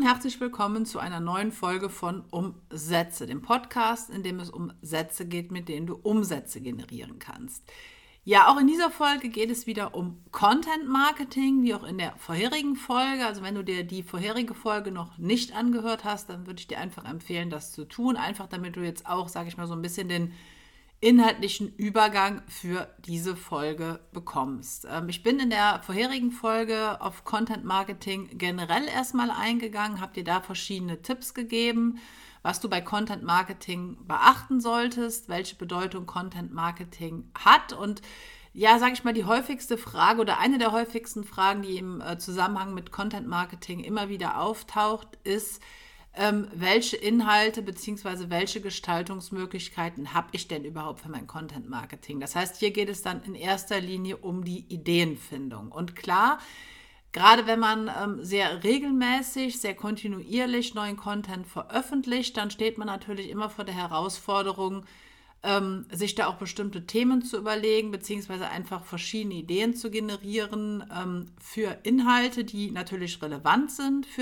herzlich willkommen zu einer neuen Folge von Umsätze, dem Podcast, in dem es um Sätze geht, mit denen du Umsätze generieren kannst. Ja, auch in dieser Folge geht es wieder um Content Marketing, wie auch in der vorherigen Folge. Also wenn du dir die vorherige Folge noch nicht angehört hast, dann würde ich dir einfach empfehlen, das zu tun. Einfach damit du jetzt auch, sage ich mal, so ein bisschen den inhaltlichen Übergang für diese Folge bekommst. Ich bin in der vorherigen Folge auf Content Marketing generell erstmal eingegangen, habe dir da verschiedene Tipps gegeben, was du bei Content Marketing beachten solltest, welche Bedeutung Content Marketing hat und ja, sage ich mal, die häufigste Frage oder eine der häufigsten Fragen, die im Zusammenhang mit Content Marketing immer wieder auftaucht, ist, welche Inhalte bzw. welche Gestaltungsmöglichkeiten habe ich denn überhaupt für mein Content Marketing? Das heißt, hier geht es dann in erster Linie um die Ideenfindung. Und klar, gerade wenn man sehr regelmäßig, sehr kontinuierlich neuen Content veröffentlicht, dann steht man natürlich immer vor der Herausforderung, sich da auch bestimmte Themen zu überlegen, beziehungsweise einfach verschiedene Ideen zu generieren für Inhalte, die natürlich relevant sind für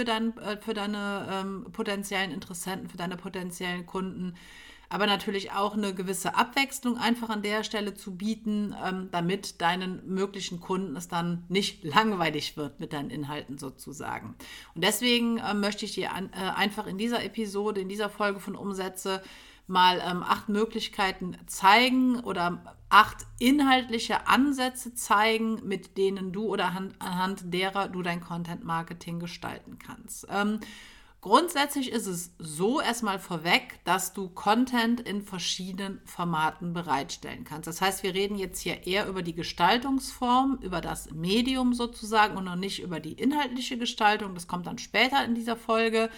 deine potenziellen Interessenten, für deine potenziellen Kunden, aber natürlich auch eine gewisse Abwechslung einfach an der Stelle zu bieten, damit deinen möglichen Kunden es dann nicht langweilig wird mit deinen Inhalten sozusagen. Und deswegen möchte ich dir einfach in dieser Episode, in dieser Folge von Umsätze mal 8 Möglichkeiten zeigen oder 8 inhaltliche Ansätze zeigen, mit denen du oder anhand derer du dein Content-Marketing gestalten kannst. Grundsätzlich ist es so erstmal vorweg, dass du Content in verschiedenen Formaten bereitstellen kannst. Das heißt, wir reden jetzt hier eher über die Gestaltungsform, über das Medium sozusagen und noch nicht über die inhaltliche Gestaltung. Das kommt dann später in dieser Folge.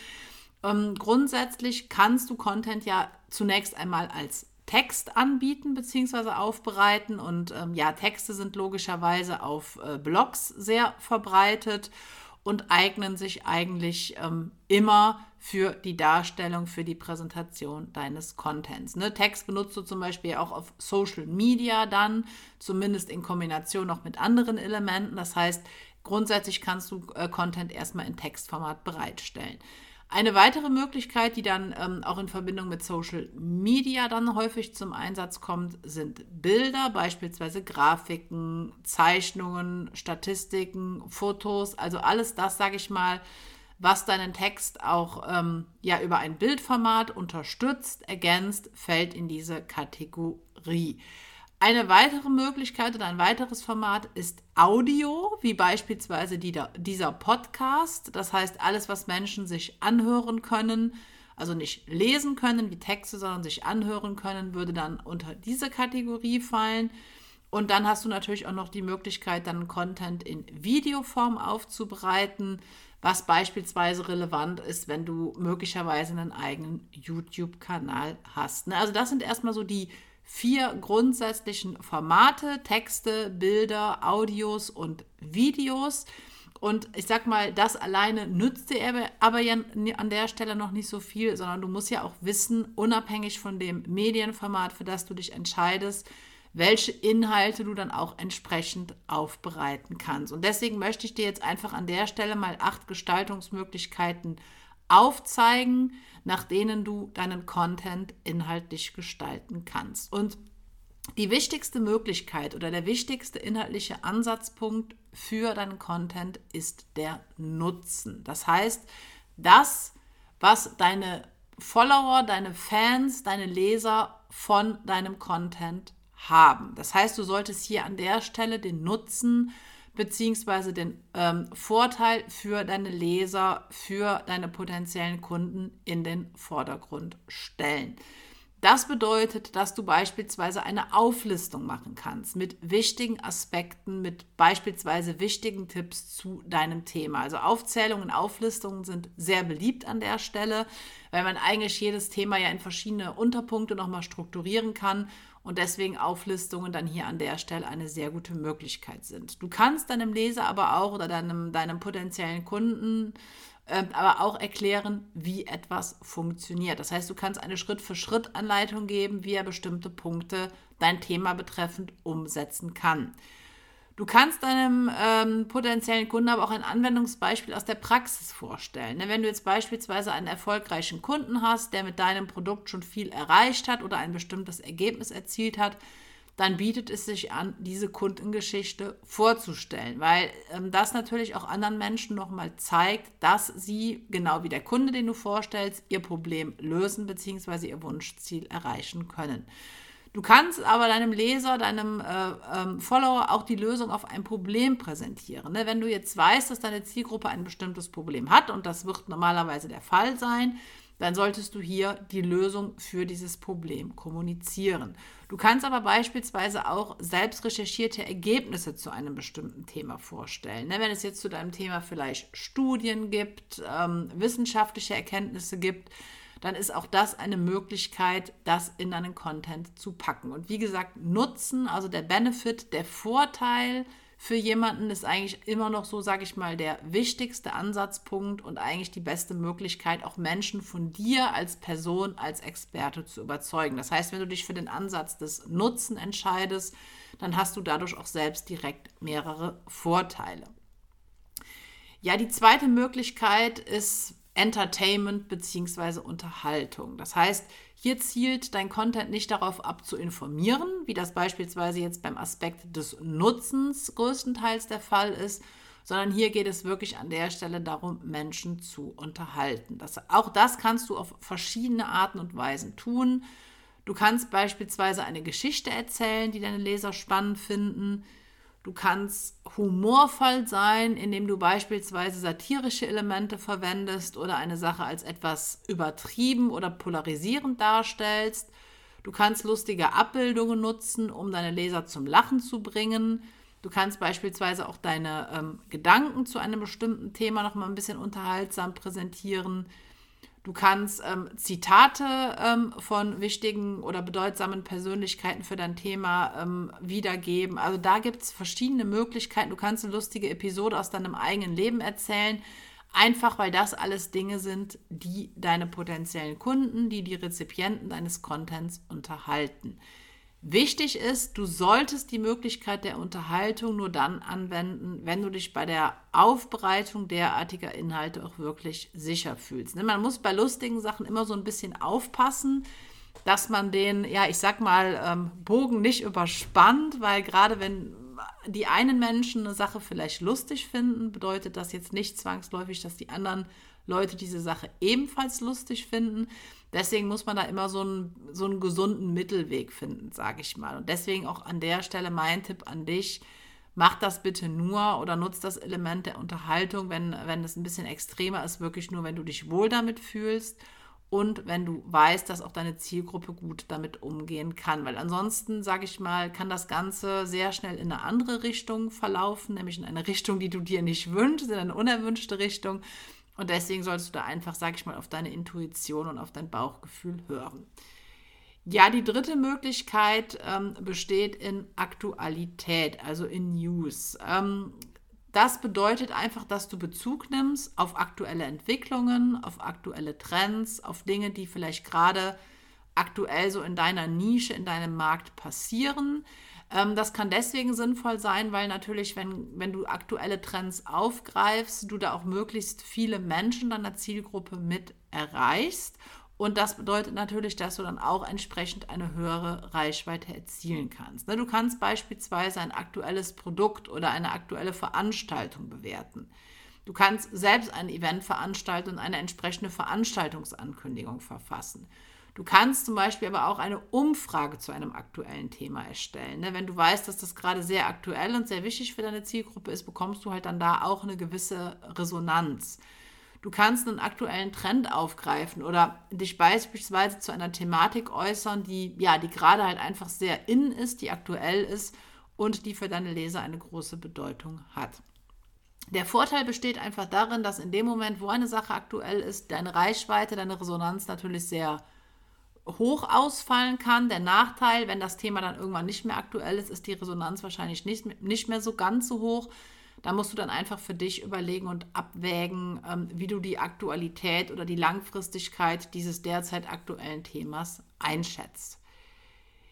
Grundsätzlich kannst du Content ja zunächst einmal als Text anbieten bzw. aufbereiten und Texte sind logischerweise auf Blogs sehr verbreitet und eignen sich eigentlich immer für die Darstellung, für die Präsentation deines Contents. Ne? Text benutzt du zum Beispiel auch auf Social Media dann, zumindest in Kombination noch mit anderen Elementen. Das heißt, grundsätzlich kannst du Content erstmal in Textformat bereitstellen. Eine weitere Möglichkeit, die dann auch in Verbindung mit Social Media dann häufig zum Einsatz kommt, sind Bilder, beispielsweise Grafiken, Zeichnungen, Statistiken, Fotos, also alles das, sage ich mal, was deinen Text auch über ein Bildformat unterstützt, ergänzt, fällt in diese Kategorie. Eine weitere Möglichkeit oder ein weiteres Format ist Audio, wie beispielsweise dieser Podcast. Das heißt, alles, was Menschen sich anhören können, also nicht lesen können wie Texte, sondern sich anhören können, würde dann unter diese Kategorie fallen. Und dann hast du natürlich auch noch die Möglichkeit, dann Content in Videoform aufzubereiten, was beispielsweise relevant ist, wenn du möglicherweise einen eigenen YouTube-Kanal hast. Also das sind erstmal so die 4 grundsätzlichen Formate: Texte, Bilder, Audios und Videos. Und ich sag mal, das alleine nützt dir aber ja an der Stelle noch nicht so viel, sondern du musst ja auch wissen, unabhängig von dem Medienformat, für das du dich entscheidest, welche Inhalte du dann auch entsprechend aufbereiten kannst. Und deswegen möchte ich dir jetzt einfach an der Stelle mal 8 Gestaltungsmöglichkeiten aufzeigen, nach denen du deinen Content inhaltlich gestalten kannst. Und die wichtigste Möglichkeit oder der wichtigste inhaltliche Ansatzpunkt für deinen Content ist der Nutzen. Das heißt, das, was deine Follower, deine Fans, deine Leser von deinem Content haben. Das heißt, du solltest hier an der Stelle den Nutzen beziehungsweise den Vorteil für deine Leser, für deine potenziellen Kunden in den Vordergrund stellen. Das bedeutet, dass du beispielsweise eine Auflistung machen kannst mit wichtigen Aspekten, mit beispielsweise wichtigen Tipps zu deinem Thema. Also Aufzählungen, Auflistungen sind sehr beliebt an der Stelle, weil man eigentlich jedes Thema ja in verschiedene Unterpunkte nochmal strukturieren kann und deswegen Auflistungen dann hier an der Stelle eine sehr gute Möglichkeit sind. Du kannst deinem Leser aber auch oder deinem potenziellen Kunden aber auch erklären, wie etwas funktioniert. Das heißt, du kannst eine Schritt-für-Schritt-Anleitung geben, wie er bestimmte Punkte dein Thema betreffend umsetzen kann. Du kannst deinem potenziellen Kunden aber auch ein Anwendungsbeispiel aus der Praxis vorstellen. Ne? Wenn du jetzt beispielsweise einen erfolgreichen Kunden hast, der mit deinem Produkt schon viel erreicht hat oder ein bestimmtes Ergebnis erzielt hat, dann bietet es sich an, diese Kundengeschichte vorzustellen, weil das natürlich auch anderen Menschen nochmal zeigt, dass sie, genau wie der Kunde, den du vorstellst, ihr Problem lösen bzw. ihr Wunschziel erreichen können. Du kannst aber deinem Leser, deinem Follower auch die Lösung auf ein Problem präsentieren. Ne? Wenn du jetzt weißt, dass deine Zielgruppe ein bestimmtes Problem hat, und das wird normalerweise der Fall sein, dann solltest du hier die Lösung für dieses Problem kommunizieren. Du kannst aber beispielsweise auch selbst recherchierte Ergebnisse zu einem bestimmten Thema vorstellen. Ne? Wenn es jetzt zu deinem Thema vielleicht Studien gibt, wissenschaftliche Erkenntnisse gibt, dann ist auch das eine Möglichkeit, das in deinen Content zu packen. Und wie gesagt, Nutzen, also der Benefit, der Vorteil für jemanden ist eigentlich immer noch so, sage ich mal, der wichtigste Ansatzpunkt und eigentlich die beste Möglichkeit, auch Menschen von dir als Person, als Experte zu überzeugen. Das heißt, wenn du dich für den Ansatz des Nutzen entscheidest, dann hast du dadurch auch selbst direkt mehrere Vorteile. Ja, die zweite Möglichkeit ist Entertainment bzw. Unterhaltung. Das heißt, hier zielt dein Content nicht darauf ab, zu informieren, wie das beispielsweise jetzt beim Aspekt des Nutzens größtenteils der Fall ist, sondern hier geht es wirklich an der Stelle darum, Menschen zu unterhalten. Auch das kannst du auf verschiedene Arten und Weisen tun. Du kannst beispielsweise eine Geschichte erzählen, die deine Leser spannend finden. Du kannst humorvoll sein, indem du beispielsweise satirische Elemente verwendest oder eine Sache als etwas übertrieben oder polarisierend darstellst. Du kannst lustige Abbildungen nutzen, um deine Leser zum Lachen zu bringen. Du kannst beispielsweise auch deine Gedanken zu einem bestimmten Thema noch mal ein bisschen unterhaltsam präsentieren. Du kannst Zitate von wichtigen oder bedeutsamen Persönlichkeiten für dein Thema wiedergeben. Also da gibt es verschiedene Möglichkeiten. Du kannst eine lustige Episode aus deinem eigenen Leben erzählen, einfach weil das alles Dinge sind, die deine potenziellen Kunden, die Rezipienten deines Contents unterhalten. Wichtig ist, du solltest die Möglichkeit der Unterhaltung nur dann anwenden, wenn du dich bei der Aufbereitung derartiger Inhalte auch wirklich sicher fühlst. Man muss bei lustigen Sachen immer so ein bisschen aufpassen, dass man den, ja, ich sag mal, Bogen nicht überspannt, weil gerade wenn die einen Menschen eine Sache vielleicht lustig finden, bedeutet das jetzt nicht zwangsläufig, dass die anderen Leute diese Sache ebenfalls lustig finden. Deswegen muss man da immer so einen gesunden Mittelweg finden, sage ich mal. Und deswegen auch an der Stelle mein Tipp an dich, mach das bitte nur oder nutz das Element der Unterhaltung, wenn es ein bisschen extremer ist, wirklich nur, wenn du dich wohl damit fühlst und wenn du weißt, dass auch deine Zielgruppe gut damit umgehen kann. Weil ansonsten, sage ich mal, kann das Ganze sehr schnell in eine andere Richtung verlaufen, nämlich in eine Richtung, die du dir nicht wünschst, in eine unerwünschte Richtung. Und deswegen solltest du da einfach, sag ich mal, auf deine Intuition und auf dein Bauchgefühl hören. Ja, die dritte Möglichkeit besteht in Aktualität, also in News. Das bedeutet einfach, dass du Bezug nimmst auf aktuelle Entwicklungen, auf aktuelle Trends, auf Dinge, die vielleicht gerade aktuell so in deiner Nische, in deinem Markt passieren. Das kann deswegen sinnvoll sein, weil natürlich, wenn du aktuelle Trends aufgreifst, du da auch möglichst viele Menschen deiner Zielgruppe mit erreichst. Und das bedeutet natürlich, dass du dann auch entsprechend eine höhere Reichweite erzielen kannst. Du kannst beispielsweise ein aktuelles Produkt oder eine aktuelle Veranstaltung bewerten. Du kannst selbst ein Event veranstalten und eine entsprechende Veranstaltungsankündigung verfassen. Du kannst zum Beispiel aber auch eine Umfrage zu einem aktuellen Thema erstellen. Wenn du weißt, dass das gerade sehr aktuell und sehr wichtig für deine Zielgruppe ist, bekommst du halt dann da auch eine gewisse Resonanz. Du kannst einen aktuellen Trend aufgreifen oder dich beispielsweise zu einer Thematik äußern, die gerade halt einfach sehr in ist, die aktuell ist und die für deine Leser eine große Bedeutung hat. Der Vorteil besteht einfach darin, dass in dem Moment, wo eine Sache aktuell ist, deine Reichweite, deine Resonanz natürlich sehr hoch ausfallen kann. Der Nachteil, wenn das Thema dann irgendwann nicht mehr aktuell ist, ist die Resonanz wahrscheinlich nicht mehr so ganz so hoch. Da musst du dann einfach für dich überlegen und abwägen, wie du die Aktualität oder die Langfristigkeit dieses derzeit aktuellen Themas einschätzt.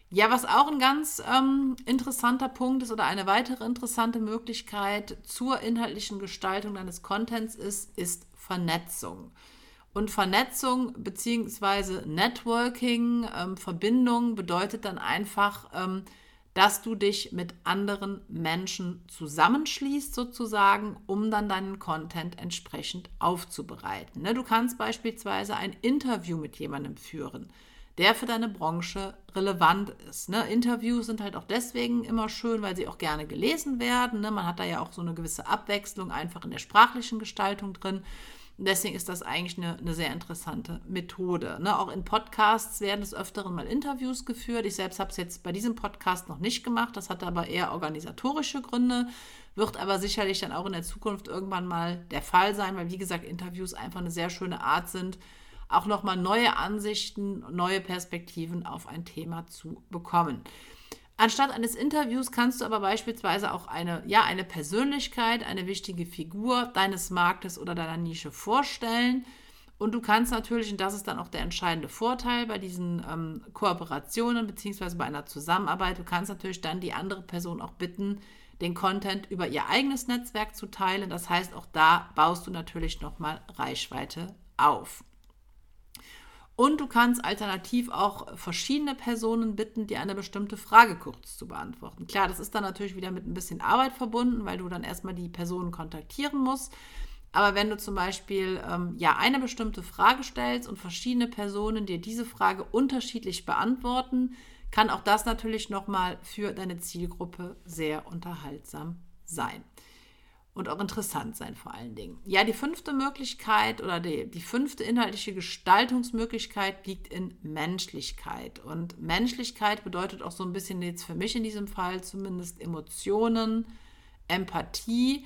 Ja, was auch ein ganz interessanter Punkt ist oder eine weitere interessante Möglichkeit zur inhaltlichen Gestaltung deines Contents ist Vernetzung. Und Vernetzung bzw. Networking, Verbindung bedeutet dann einfach, dass du dich mit anderen Menschen zusammenschließt sozusagen, um dann deinen Content entsprechend aufzubereiten. Ne? Du kannst beispielsweise ein Interview mit jemandem führen, der für deine Branche relevant ist. Ne? Interviews sind halt auch deswegen immer schön, weil sie auch gerne gelesen werden. Ne? Man hat da ja auch so eine gewisse Abwechslung einfach in der sprachlichen Gestaltung drin. Und deswegen ist das eigentlich eine sehr interessante Methode. Ne? Auch in Podcasts werden des Öfteren mal Interviews geführt. Ich selbst habe es jetzt bei diesem Podcast noch nicht gemacht. Das hatte aber eher organisatorische Gründe, wird aber sicherlich dann auch in der Zukunft irgendwann mal der Fall sein, weil wie gesagt Interviews einfach eine sehr schöne Art sind, auch nochmal neue Ansichten, neue Perspektiven auf ein Thema zu bekommen. Anstatt eines Interviews kannst du aber beispielsweise auch eine Persönlichkeit, eine wichtige Figur deines Marktes oder deiner Nische vorstellen. Und du kannst natürlich, und das ist dann auch der entscheidende Vorteil bei diesen Kooperationen bzw. bei einer Zusammenarbeit, du kannst natürlich dann die andere Person auch bitten, den Content über ihr eigenes Netzwerk zu teilen. Das heißt, auch da baust du natürlich nochmal Reichweite auf. Und du kannst alternativ auch verschiedene Personen bitten, dir eine bestimmte Frage kurz zu beantworten. Klar, das ist dann natürlich wieder mit ein bisschen Arbeit verbunden, weil du dann erstmal die Personen kontaktieren musst. Aber wenn du zum Beispiel eine bestimmte Frage stellst und verschiedene Personen dir diese Frage unterschiedlich beantworten, kann auch das natürlich nochmal für deine Zielgruppe sehr unterhaltsam sein. Und auch interessant sein vor allen Dingen. Ja, die fünfte Möglichkeit oder die fünfte inhaltliche Gestaltungsmöglichkeit liegt in Menschlichkeit. Und Menschlichkeit bedeutet auch so ein bisschen jetzt für mich in diesem Fall zumindest Emotionen, Empathie,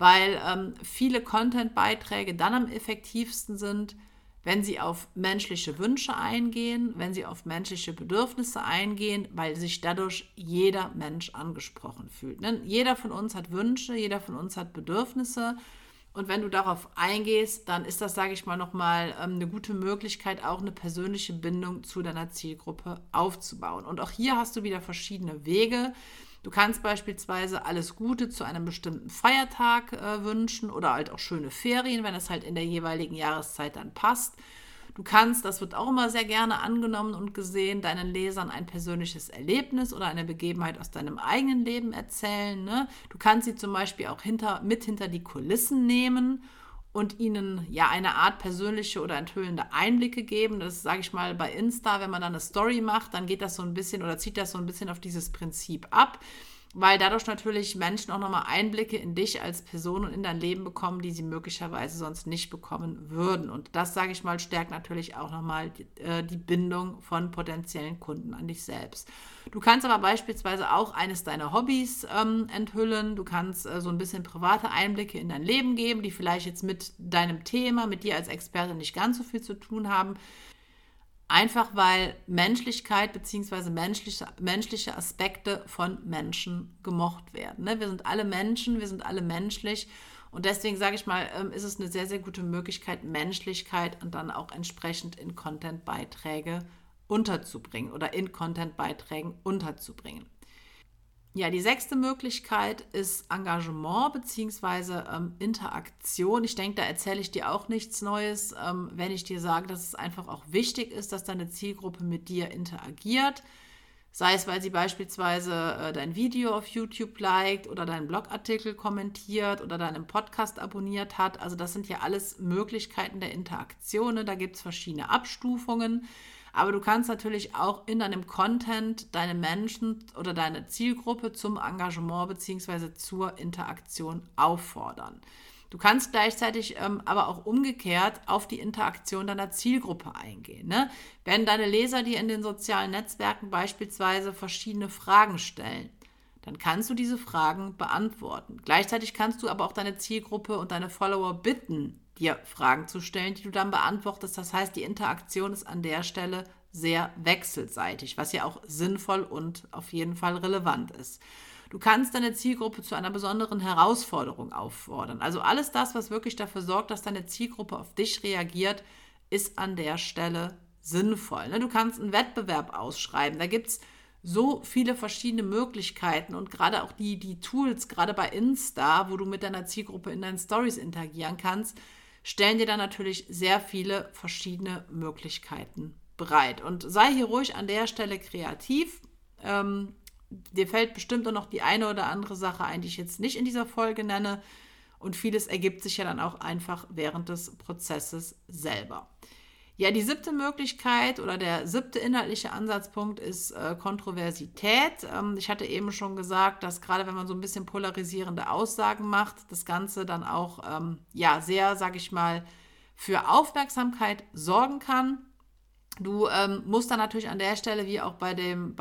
weil viele Content-Beiträge dann am effektivsten sind, wenn sie auf menschliche Wünsche eingehen, wenn sie auf menschliche Bedürfnisse eingehen, weil sich dadurch jeder Mensch angesprochen fühlt. Ne? Jeder von uns hat Wünsche, jeder von uns hat Bedürfnisse. Und wenn du darauf eingehst, dann ist das, sage ich mal, nochmal eine gute Möglichkeit, auch eine persönliche Bindung zu deiner Zielgruppe aufzubauen. Und auch hier hast du wieder verschiedene Wege. Du kannst beispielsweise alles Gute zu einem bestimmten Feiertag wünschen oder halt auch schöne Ferien, wenn es halt in der jeweiligen Jahreszeit dann passt. Du kannst, das wird auch immer sehr gerne angenommen und gesehen, deinen Lesern ein persönliches Erlebnis oder eine Begebenheit aus deinem eigenen Leben erzählen. Ne? Du kannst sie zum Beispiel auch hinter die Kulissen nehmen und ihnen ja eine Art persönliche oder enthüllende Einblicke geben. Das sage ich mal bei Insta, wenn man dann eine Story macht, dann geht das so ein bisschen oder zieht das so ein bisschen auf dieses Prinzip ab, weil dadurch natürlich Menschen auch nochmal Einblicke in dich als Person und in dein Leben bekommen, die sie möglicherweise sonst nicht bekommen würden. Und das, sage ich mal, stärkt natürlich auch nochmal die Bindung von potenziellen Kunden an dich selbst. Du kannst aber beispielsweise auch eines deiner Hobbys enthüllen. Du kannst so ein bisschen private Einblicke in dein Leben geben, die vielleicht jetzt mit deinem Thema, mit dir als Experte nicht ganz so viel zu tun haben. Einfach weil Menschlichkeit bzw. menschliche Aspekte von Menschen gemocht werden. Ne? Wir sind alle Menschen, wir sind alle menschlich und deswegen sage ich mal, ist es eine sehr, sehr gute Möglichkeit, Menschlichkeit und dann auch entsprechend in Content-Beiträge unterzubringen oder in Content-Beiträgen unterzubringen. Ja, die sechste Möglichkeit ist Engagement bzw. Interaktion. Ich denke, da erzähle ich dir auch nichts Neues, wenn ich dir sage, dass es einfach auch wichtig ist, dass deine Zielgruppe mit dir interagiert. Sei es, weil sie beispielsweise dein Video auf YouTube liked oder deinen Blogartikel kommentiert oder deinen Podcast abonniert hat. Also das sind ja alles Möglichkeiten der Interaktion. Ne? Da gibt es verschiedene Abstufungen. Aber du kannst natürlich auch in deinem Content deine Menschen oder deine Zielgruppe zum Engagement bzw. zur Interaktion auffordern. Du kannst gleichzeitig aber auch umgekehrt auf die Interaktion deiner Zielgruppe eingehen. Ne? Wenn deine Leser dir in den sozialen Netzwerken beispielsweise verschiedene Fragen stellen, dann kannst du diese Fragen beantworten. Gleichzeitig kannst du aber auch deine Zielgruppe und deine Follower bitten, dir Fragen zu stellen, die du dann beantwortest. Das heißt, die Interaktion ist an der Stelle sehr wechselseitig, was ja auch sinnvoll und auf jeden Fall relevant ist. Du kannst deine Zielgruppe zu einer besonderen Herausforderung auffordern. Also alles das, was wirklich dafür sorgt, dass deine Zielgruppe auf dich reagiert, ist an der Stelle sinnvoll. Du kannst einen Wettbewerb ausschreiben. Da gibt es so viele verschiedene Möglichkeiten und gerade auch die Tools, gerade bei Insta, wo du mit deiner Zielgruppe in deinen Stories interagieren kannst, stellen dir dann natürlich sehr viele verschiedene Möglichkeiten bereit. Und sei hier ruhig an der Stelle kreativ. Dir fällt bestimmt auch noch die eine oder andere Sache ein, die ich jetzt nicht in dieser Folge nenne. Und vieles ergibt sich ja dann auch einfach während des Prozesses selber. Ja, die 7. Möglichkeit oder der 7. inhaltliche Ansatzpunkt ist Kontroversität. Ich hatte eben schon gesagt, dass gerade wenn man so ein bisschen polarisierende Aussagen macht, das Ganze dann auch sehr, sage ich mal, für Aufmerksamkeit sorgen kann. Du musst dann natürlich an der Stelle, wie auch bei dem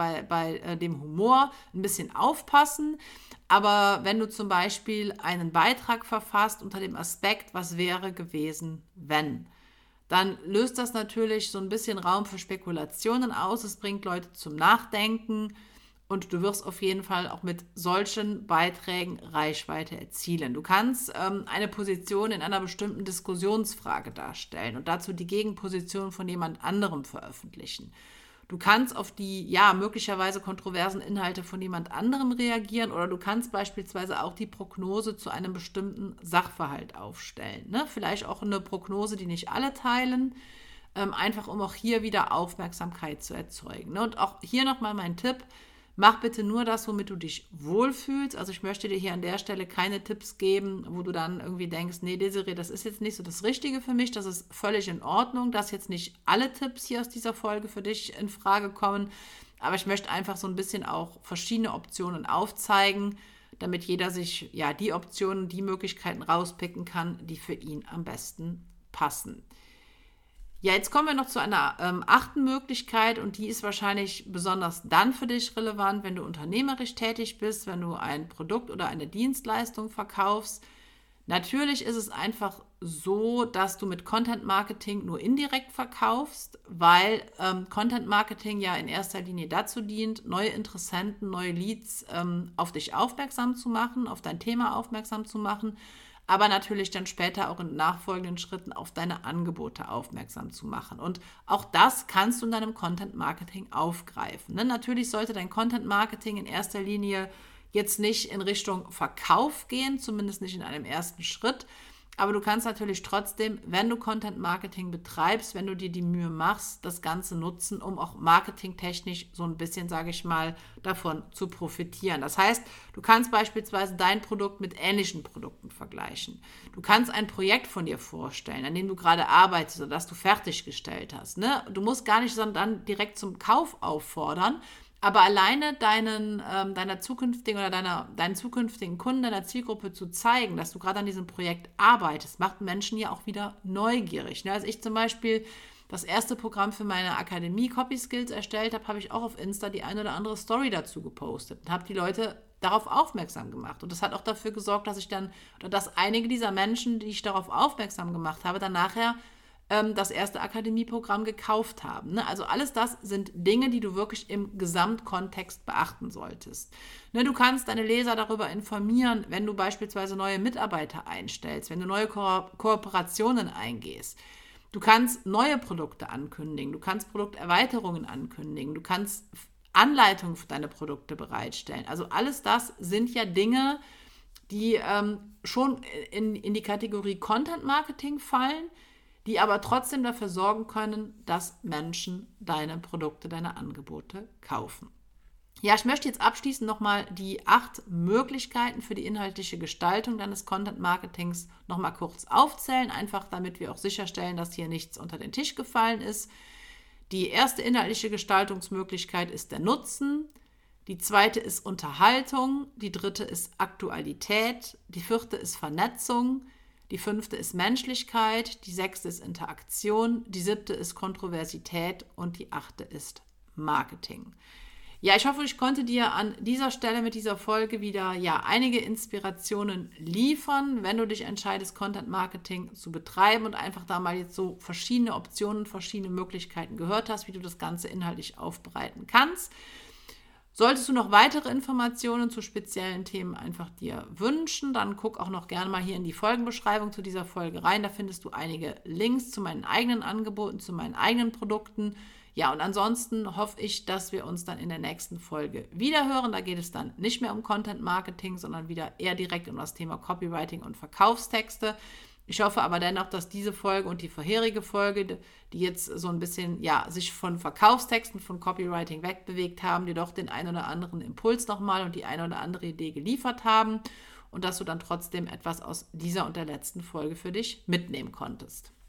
Humor, ein bisschen aufpassen. Aber wenn du zum Beispiel einen Beitrag verfasst unter dem Aspekt, was wäre gewesen, wenn, dann löst das natürlich so ein bisschen Raum für Spekulationen aus. Es bringt Leute zum Nachdenken und du wirst auf jeden Fall auch mit solchen Beiträgen Reichweite erzielen. Du kannst eine Position in einer bestimmten Diskussionsfrage darstellen und dazu die Gegenposition von jemand anderem veröffentlichen. Du kannst auf die möglicherweise kontroversen Inhalte von jemand anderem reagieren oder du kannst beispielsweise auch die Prognose zu einem bestimmten Sachverhalt aufstellen. Ne? Vielleicht auch eine Prognose, die nicht alle teilen, einfach um auch hier wieder Aufmerksamkeit zu erzeugen. Ne? Und auch hier nochmal mein Tipp: Mach bitte nur das, womit du dich wohlfühlst. Also ich möchte dir hier an der Stelle keine Tipps geben, wo du dann irgendwie denkst, nee, Desiree, das ist jetzt nicht so das Richtige für mich. Das ist völlig in Ordnung, dass jetzt nicht alle Tipps hier aus dieser Folge für dich in Frage kommen. Aber ich möchte einfach so ein bisschen auch verschiedene Optionen aufzeigen, damit jeder sich die Optionen, die Möglichkeiten rauspicken kann, die für ihn am besten passen. Ja, jetzt kommen wir noch zu einer 8. Möglichkeit und die ist wahrscheinlich besonders dann für dich relevant, wenn du unternehmerisch tätig bist, wenn du ein Produkt oder eine Dienstleistung verkaufst. Natürlich ist es einfach so, dass du mit Content Marketing nur indirekt verkaufst, weil Content Marketing ja in erster Linie dazu dient, neue Interessenten, neue Leads auf dich aufmerksam zu machen, auf dein Thema aufmerksam zu machen, aber natürlich dann später auch in nachfolgenden Schritten auf deine Angebote aufmerksam zu machen. Und auch das kannst du in deinem Content Marketing aufgreifen. Ne? Natürlich sollte dein Content Marketing in erster Linie jetzt nicht in Richtung Verkauf gehen, zumindest nicht in einem ersten Schritt. Aber du kannst natürlich trotzdem, wenn du Content Marketing betreibst, wenn du dir die Mühe machst, das Ganze nutzen, um auch marketingtechnisch so ein bisschen, sage ich mal, davon zu profitieren. Das heißt, du kannst beispielsweise dein Produkt mit ähnlichen Produkten vergleichen. Du kannst ein Projekt von dir vorstellen, an dem du gerade arbeitest oder das du fertiggestellt hast. Ne? Du musst gar nicht dann direkt zum Kauf auffordern, aber alleine deiner zukünftigen oder deinen zukünftigen Kunden, deiner Zielgruppe zu zeigen, dass du gerade an diesem Projekt arbeitest, macht Menschen ja auch wieder neugierig. Als ich zum Beispiel das erste Programm für meine Akademie Copy Skills erstellt habe, habe ich auch auf Insta die eine oder andere Story dazu gepostet und habe die Leute darauf aufmerksam gemacht. Und das hat auch dafür gesorgt, dass einige dieser Menschen, die ich darauf aufmerksam gemacht habe, dann nachher das erste Akademieprogramm gekauft haben. Ne? Also alles das sind Dinge, die du wirklich im Gesamtkontext beachten solltest. Ne, du kannst deine Leser darüber informieren, wenn du beispielsweise neue Mitarbeiter einstellst, wenn du neue Kooperationen eingehst. Du kannst neue Produkte ankündigen, du kannst Produkterweiterungen ankündigen, du kannst Anleitungen für deine Produkte bereitstellen. Also alles das sind ja Dinge, die schon in die Kategorie Content Marketing fallen, die aber trotzdem dafür sorgen können, dass Menschen deine Produkte, deine Angebote kaufen. Ja, ich möchte jetzt abschließend nochmal die 8 Möglichkeiten für die inhaltliche Gestaltung deines Content-Marketings nochmal kurz aufzählen, einfach damit wir auch sicherstellen, dass hier nichts unter den Tisch gefallen ist. Die erste inhaltliche Gestaltungsmöglichkeit ist der Nutzen. Die zweite ist Unterhaltung. Die dritte ist Aktualität. Die 4. ist Vernetzung. Die 5. ist Menschlichkeit, die 6. ist Interaktion, die 7. ist Kontroversität und die 8. ist Marketing. Ja, ich hoffe, ich konnte dir an dieser Stelle mit dieser Folge wieder einige Inspirationen liefern, wenn du dich entscheidest, Content Marketing zu betreiben und einfach da mal jetzt so verschiedene Optionen, verschiedene Möglichkeiten gehört hast, wie du das Ganze inhaltlich aufbereiten kannst. Solltest du noch weitere Informationen zu speziellen Themen einfach dir wünschen, dann guck auch noch gerne mal hier in die Folgenbeschreibung zu dieser Folge rein. Da findest du einige Links zu meinen eigenen Angeboten, zu meinen eigenen Produkten. Ja, und ansonsten hoffe ich, dass wir uns dann in der nächsten Folge wiederhören. Da geht es dann nicht mehr um Content Marketing, sondern wieder eher direkt um das Thema Copywriting und Verkaufstexte. Ich hoffe aber dennoch, dass diese Folge und die vorherige Folge, die jetzt so ein bisschen, ja, sich von Verkaufstexten, von Copywriting wegbewegt haben, dir doch den einen oder anderen Impuls nochmal und die eine oder andere Idee geliefert haben und dass du dann trotzdem etwas aus dieser und der letzten Folge für dich mitnehmen konntest.